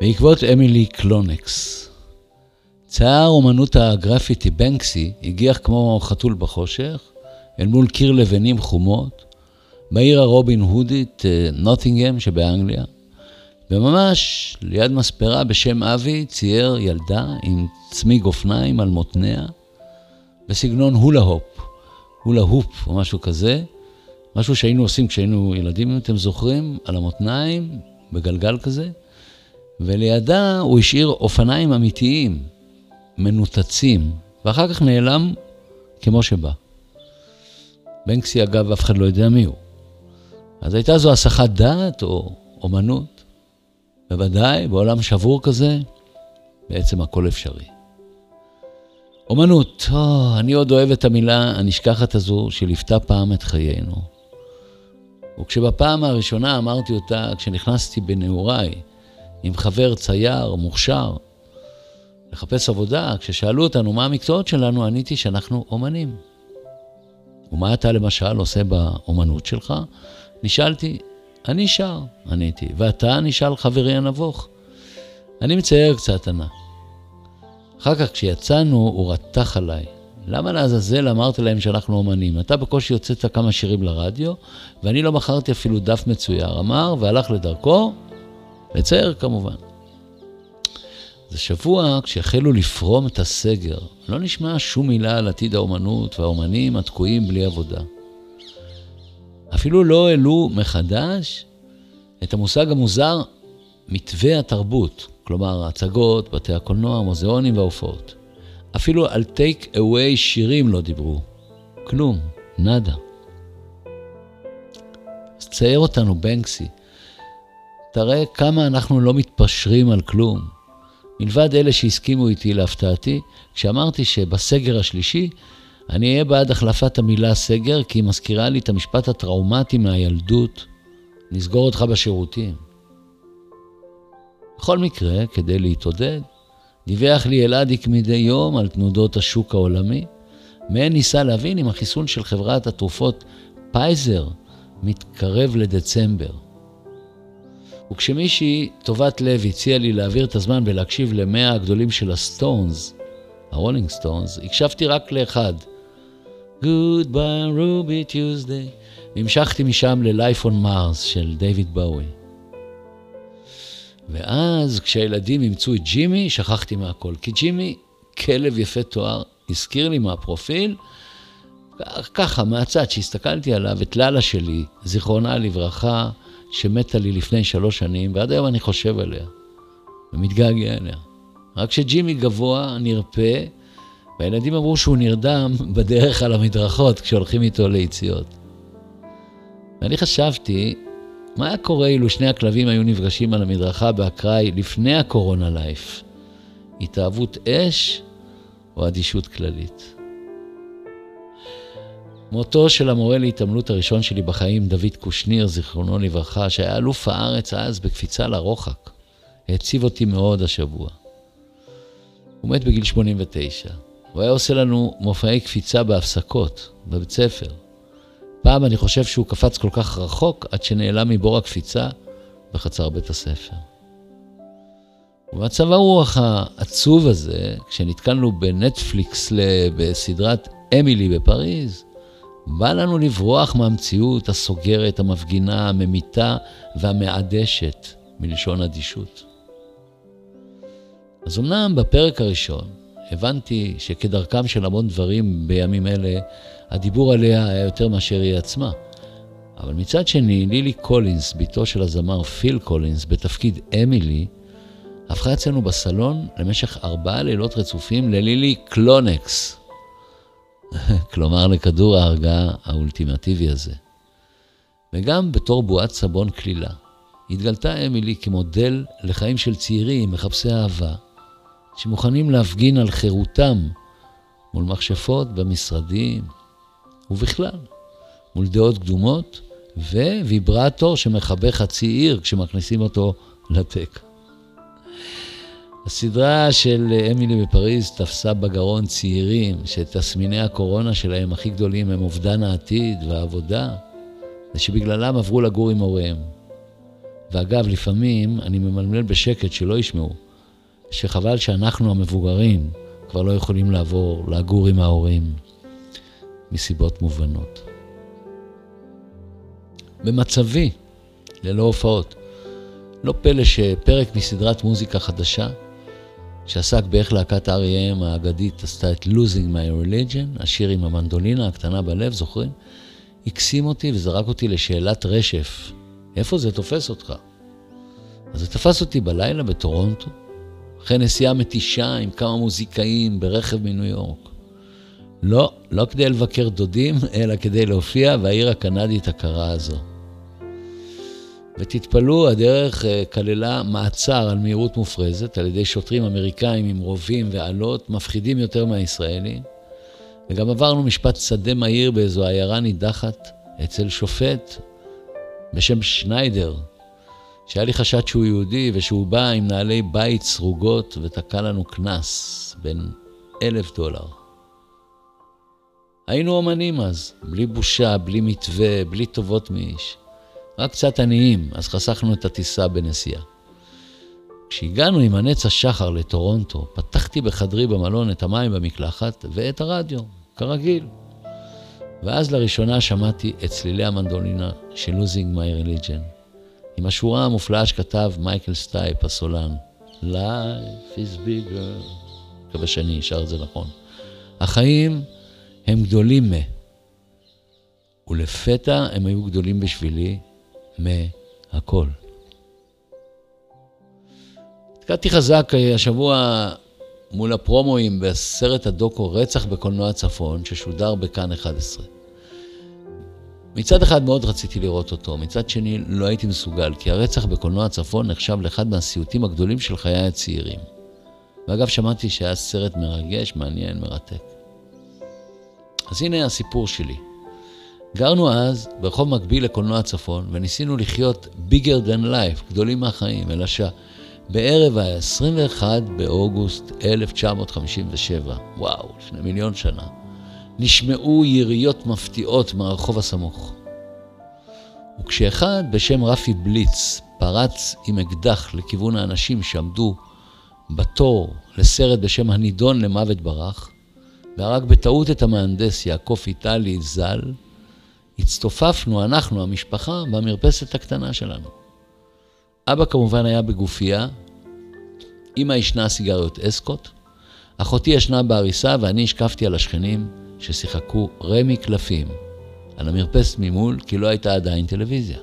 בעקבות אמילי קלונקס. צייר אומנות הגרפיטי בנקסי הגיח כמו חתול בחושך, אל מול קיר לבנים חומות, בעיר הרובין הודית נוטינגהם שבאנגליה, וממש ליד מספרה בשם אבי צייר ילדה עם צמיג אופניים על מותניה, בסגנון הולה הופ או משהו כזה, משהו שהיינו עושים כשהיינו ילדים, אם אתם זוכרים, על המותניים, בגלגל כזה, ולידה הוא השאיר אופניים אמיתיים, מנותצים, ואחר כך נעלם כמו שבא. בנקסי אגב אף אחד לא יודע מי הוא. אז הייתה זו הסחת דעת או אומנות, בוודאי בעולם שבור כזה, בעצם הכל אפשרי. אומנות, אני עוד אוהב את המילה הנשכחת הזו שליוותה פעם את חיינו. וכשבפעם הראשונה אמרתי אותה, כשנכנסתי בנעוריי, עם חבר צייר מוכשר, לחפש עבודה, כששאלו אותנו מה המקצועות שלנו, עניתי שאנחנו אומנים. ומה אתה למשל עושה באומנות שלך? נשאלתי, אני שר, עניתי, ואתה נשאל חברי הנבוך. אני מצייר קצת ענה. אחר כך כשיצאנו הוא רתח עליי. למה לעזאזל אמרתי להם שאנחנו אומנים? אתה בקושי יוצאת כמה שירים לרדיו, ואני לא מכרתי אפילו דף מצויר. אמר והלך לדרכו, לצייר כמובן. זה שבוע כשהחלו לפרום את הסגר, לא נשמע שום מילה על עתיד האומנות והאומנים התקועים בלי עבודה. אפילו לא העלו מחדש את המושג המוזר מתווה התרבות, כלומר הצגות, בתי הקולנוע, המוזיאונים וההופעות. אפילו על טייק אווי שירים לא דיברו. כלום, נדה. אז צייר אותנו בנקסי. תראה כמה אנחנו לא מתפשרים על כלום. מלבד אלה שהסכימו איתי להפתעתי, כשאמרתי שבסגר השלישי אני אהיה בעד החלפת המילה סגר, כי היא מזכירה לי את המשפט הטראומטי מהילדות, נסגור אותך בשירותים. בכל מקרה, כדי להתעודד, דיווח לי אלעדיק מדי יום על תנודות השוק העולמי, מהן ניסה להבין אם החיסון של חברת התרופות פייזר מתקרב לדצמבר. וכשמישהי טובת לב הציעה לי להעביר את הזמן ולהקשיב ל100 הגדולים של הסטונס, הרולינג סטונס, הקשבתי רק לאחד. Goodbye Ruby Tuesday. והמשכתי משם ל-Life on Mars של דיוויד באוי. ואז כשהילדים אימצו את ג'ימי, שכחתי מהכל. כי ג'ימי, כלב יפה תואר, הזכיר לי מהפרופיל, ככה, מהצד שהסתכלתי עליו, את ללה שלי, זיכרונה לברכה, שמתה לי לפני 3 שנים, ועד היום אני חושב עליה, ומתגעגע אליה. רק שג'ימי גבוה, נרפה, והילדים אמרו שהוא נרדם בדרך על המדרכות, כשהולכים איתו ליציאות. ואני חשבתי, מה היה קורה אילו שני הכלבים היו נפגשים על המדרכה באקראי לפני הקורונה לייף? התאהבות אש או אדישות כללית? מותו של המורה להתעמלות הראשון שלי בחיים, דוד קושניר, זיכרונו לברכה, שהיה אלוף הארץ אז בקפיצה לרוחק, הציב אותי מאוד השבוע. הוא מת בגיל 89. הוא היה עושה לנו מופעי קפיצה בהפסקות, בבית ספר. פעם אני חושב שהוא קפץ כל כך רחוק, עד שנעלם מבור הקפיצה בחצר בית הספר. ובמצב הרוח העצוב הזה, כשנתקלנו בנטפליקס בסדרת אמילי בפריז, בא לנו לברוח מהמציאות הסוגרת, המפגינה, הממיתה והמעדשת, מלשון אדישות. אז אמנם בפרק הראשון הבנתי שכדרכם של המון דברים בימים אלה, הדיבור עליה היה יותר מאשר היא עצמה. אבל מצד שני, לילי קולינס, ביתו של הזמר פיל קולינס, בתפקיד אמילי, הפכה אצלנו בסלון למשך 4 לילות רצופים ללילי קלונקס. כלומר לכדור ההרגעה האולטימטיבי הזה. וגם בתור בועת סבון כלילה, התגלתה אמילי כמודל לחיים של צעירים מחפשי אהבה, שמוכנים להפגין על חירותם מול מכשפות במשרדים, ובכלל, מול דעות קדומות, וויברטור שמחבא חצי עיר כשמכניסים אותו לטק. הסדרה של אמילי בפריז תפסה בגרון צעירים שתסמיני הקורונה שלהם הכי גדולים הם אובדן העתיד והעבודה, ושבגללם עברו לגור עם הוריהם. ואגב, לפעמים אני ממלמל בשקט שלא ישמעו, שחבל שאנחנו המבוגרים כבר לא יכולים לגור עם ההורים, מסיבות מובנות. במצבי, ללא הופעות, לא פלא שפרק מסדרת מוזיקה חדשה, שעסק באיך להקת R.E.M. האגדית עשתה את Losing My Religion, השיר עם המנדולינה הקטנה בלב, זוכרים? הקסים אותי וזרק אותי לשאלת רשף. איפה זה תופס אותך? אז זה תפס אותי בלילה בטורונטו, אחרי נסיעה מתישה עם כמה מוזיקאים ברכב מניו יורק. לא כדי לבקר דודים, אלא כדי להופיע בעיר הקנדית הקרה הזו. ותתפלו, הדרך כללה מעצר על מהירות מופרזת על ידי שוטרים אמריקאים עם רובים ועלות, מפחידים יותר מהישראלים. וגם עברנו משפט שדה מהיר באיזו עיירה נידחת אצל שופט בשם שניידר, שהיה לי חשד שהוא יהודי ושהוא בא עם נעלי בית סרוגות ותקע לנו כנס בין $1,000. היינו אומנים אז, בלי בושה, בלי מתווה, בלי טובות מאיש. רק קצת עניים, אז חסכנו את הטיסה בנסיעה. כשהגענו עם הנץ השחר לטורונטו, פתחתי בחדרי במלון את המים במקלחת ואת הרדיו, כרגיל. ואז לראשונה שמעתי את צלילי המנדולינה של Losing My Religion, עם השורה המופלאה שכתב מייקל סטייפ, הסולן. Life is bigger. מקווה שאני אשאר את זה נכון. החיים הם גדולים ולפתע הם היו גדולים בשבילי מהכל. התקעתי חזק השבוע מול הפרומואים בסרט הדוקו רצח בקולנוע צפון, ששודר בכאן 11. מצד אחד מאוד רציתי לראות אותו, מצד שני לא הייתי מסוגל, כי הרצח בקולנוע צפון נחשב לאחד מהסיוטים הגדולים של חיי הצעירים. ואגב, שמעתי שהיה סרט מרגש, מעניין, מרתק. אז הנה הסיפור שלי. גרנו אז ברחוב מקביל לקולנוע צפון, וניסינו לחיות bigger than life, גדולים מהחיים, אלא בערב ה-21 באוגוסט 1957, וואו, לפני 1,000,000 שנה, נשמעו יריות מפתיעות מהרחוב הסמוך. וכשאחד בשם רפי בליץ פרץ עם אקדח לכיוון האנשים שעמדו בתור לסרט בשם הנידון למוות ברח, והרג בטעות את המהנדס יעקב איטלי ז"ל, הצטופפנו אנחנו, המשפחה, במרפסת הקטנה שלנו. אבא כמובן היה בגופייה, אמא ישנה סיגריות אסקוט, אחותי ישנה בעריסה ואני השקפתי על השכנים ששיחקו רמי קלפים על המרפסת ממול, כי לא הייתה עדיין טלוויזיה.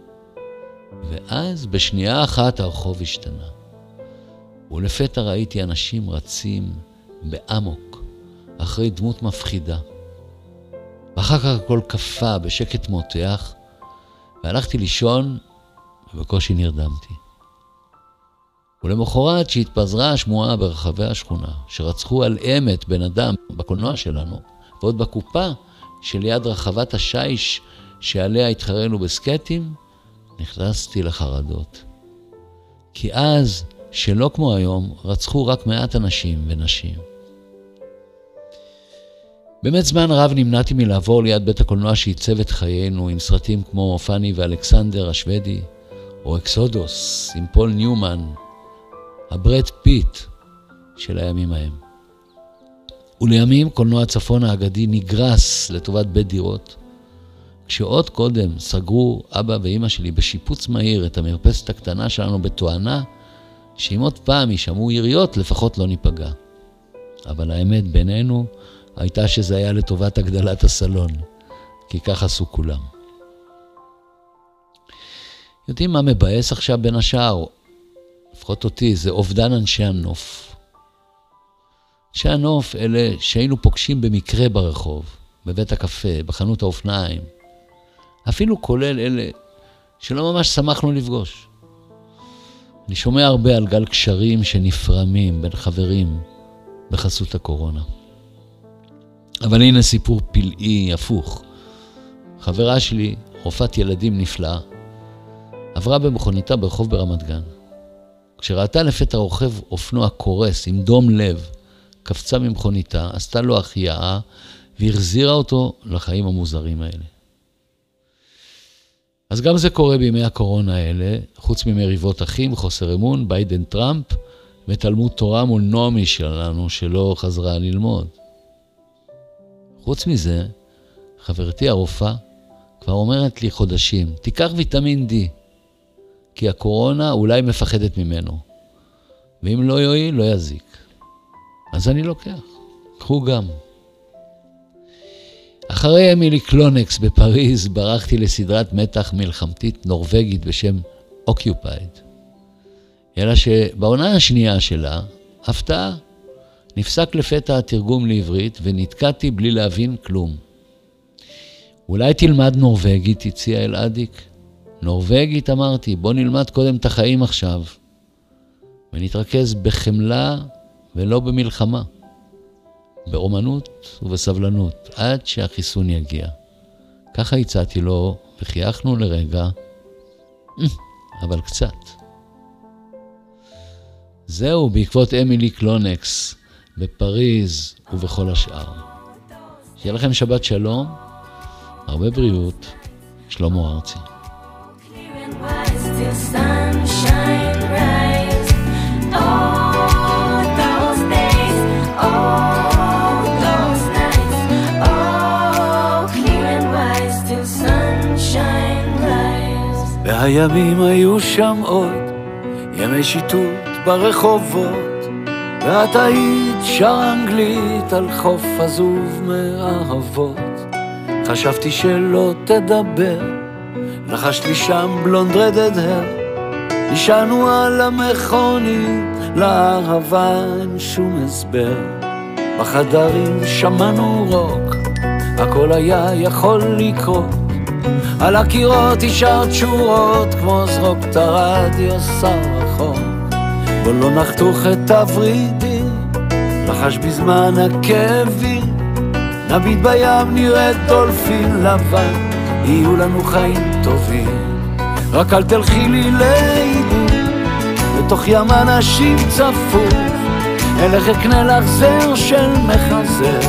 ואז בשנייה אחת הרחוב השתנה. ולפתע ראיתי אנשים רצים באמוק אחרי דמות מפחידה. ואחר כך הכל קפה בשקט מותח, והלכתי לישון ובקושי נרדמתי. ולמחרת שהתפזרה השמועה ברחבי השכונה, שרצחו על אמת בן אדם בקולנוע שלנו, ועוד בקופה שליד רחבת השיש שעליה התחרנו בסקטים, נכנסתי לחרדות. כי אז, שלא כמו היום, רצחו רק מעט אנשים ונשים. באמת זמן רב נמנעתי מלעבור ליד בית הקולנוע שעיצב את חיינו עם סרטים כמו פאני ואלכסנדר השוודי, או אקסודוס עם פול ניומן, הברד פיט של הימים ההם. ולימים קולנוע צפון האגדי נגרס לטובת בית דירות, כשעוד קודם סגרו אבא ואמא שלי בשיפוץ מהיר את המרפסת הקטנה שלנו בתואנה, שאם עוד פעם ישמעו יריות לפחות לא ניפגע. אבל האמת בינינו הייתה שזה היה לטובת הגדלת הסלון, כי כך עשו כולם. יודעים מה מבאס עכשיו בין השאר? לפחות אותי, זה אובדן אנשי הנוף. אנשי הנוף אלה שהיינו פוגשים במקרה ברחוב, בבית הקפה, בחנות האופניים. אפילו כולל אלה שלא ממש שמחנו לפגוש. אני שומע הרבה על גל קשרים שנפרמים בין חברים בחסות הקורונה. אבל הנה סיפור פלאי הפוך. חברה שלי, רופאת ילדים נפלאה, עברה במכוניתה ברחוב ברמת גן. כשראתה לפתע רוכב אופנוע קורס עם דום לב, קפצה ממכוניתה, עשתה לו החייאה והחזירה אותו לחיים המוזרים האלה. אז גם זה קורה בימי הקורונה האלה, חוץ ממריבות אחים, חוסר אמון, ביידן טראמפ, ותלמוד תורה מול נעמי שלנו שלא חזרה ללמוד. חוץ מזה, חברתי הרופאה כבר אומרת לי חודשים, תיקח ויטמין D, כי הקורונה אולי מפחדת ממנו, ואם לא יועיל, לא יזיק. אז אני לוקח, קחו גם. אחרי אמילי קלונקס בפריז, ברחתי לסדרת מתח מלחמתית נורווגית בשם Occupied. אלא שבעונה השנייה שלה, הפתעה, נפסק לפתע התרגום לעברית ונתקעתי בלי להבין כלום. אולי תלמד נורווגית, הציע אלעדיק. נורווגית אמרתי, בוא נלמד קודם את החיים עכשיו, ונתרכז בחמלה ולא במלחמה, באומנות ובסבלנות, עד שהחיסון יגיע. ככה הצעתי לו, וחייכנו לרגע, אבל קצת. זהו, בעקבות אמילי קלונקס, בפריז ובכל השאר. שיהיה לכם שבת שלום, הרבה בריאות, שלמה ארצי. והימים היו שם עוד ימי שיטוט ברחובות, ואת היית שר אנגלית על חוף עזוב מאהבות. חשבתי שלא תדבר, לחשת לי שם בלונד רדד הר, נשענו על המכונית, לאהבה אין שום הסבר. בחדרים שמענו רוק, הכל היה יכול לקרות, על הקירות השארת שורות, כמו זרוק את הרדיו סרחוק. בוא לא נחתוך את הוורידים, לחש בזמן הכאבים, נביט בים נראה דולפין לבן, יהיו לנו חיים טובים. רק אל תלכי לי לאיבוד, בתוך ים אנשים צפוף, אלך אקנה לך זר של מחזר,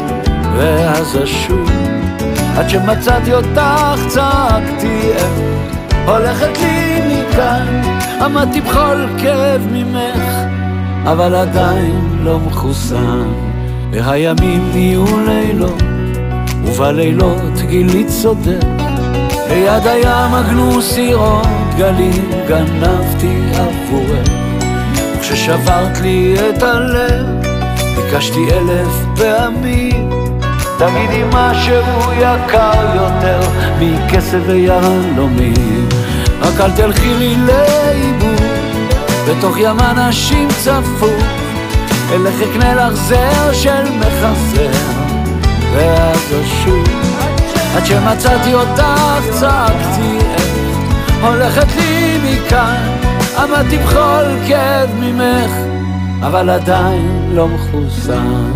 ואז אשוב. עד שמצאתי אותך צעקתי, הולכת לי מכאן, עמדתי בכל כאב ממך, אבל עדיין לא מחוסן. והימים נהיו לילות, ובלילות גילית צודק, ליד הים עגנו סירות גלים, גנבתי עבורך. וכששברת לי את הלב, ביקשתי 1000 פעמים, תגידי משהו יקר יותר מכסף ויהלומים. רק אל תלכי לי לאיבוד, בתוך ים אנשים צפוף, אלך אקנה לך זר של מחזר, ואז אשוב. עד שמצאתי אותך צעקתי, הולכת לי מכאן, עמדתי בכל כאב ממך, אבל עדיין לא מחוסן.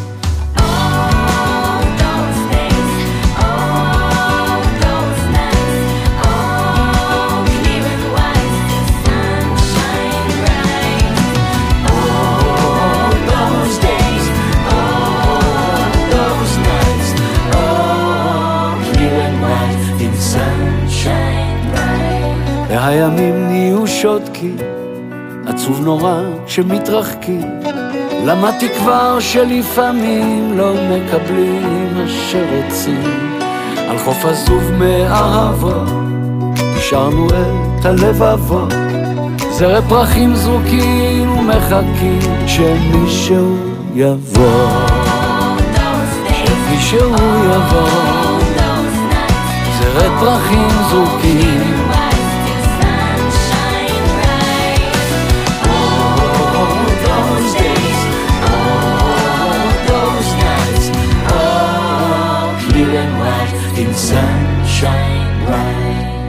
והימים נהיו שותקים, עצוב נורא שמתרחקים, למדתי כבר שלפעמים לא מקבלים מה שרוצים. על חוף עזוב מאהבות, השארנו את הלבבות, זרי פרחים זרוקים ומחכים שמישהו יבוא, שמישהו יבוא. זרי פרחים זרוקים, in sunshine bright.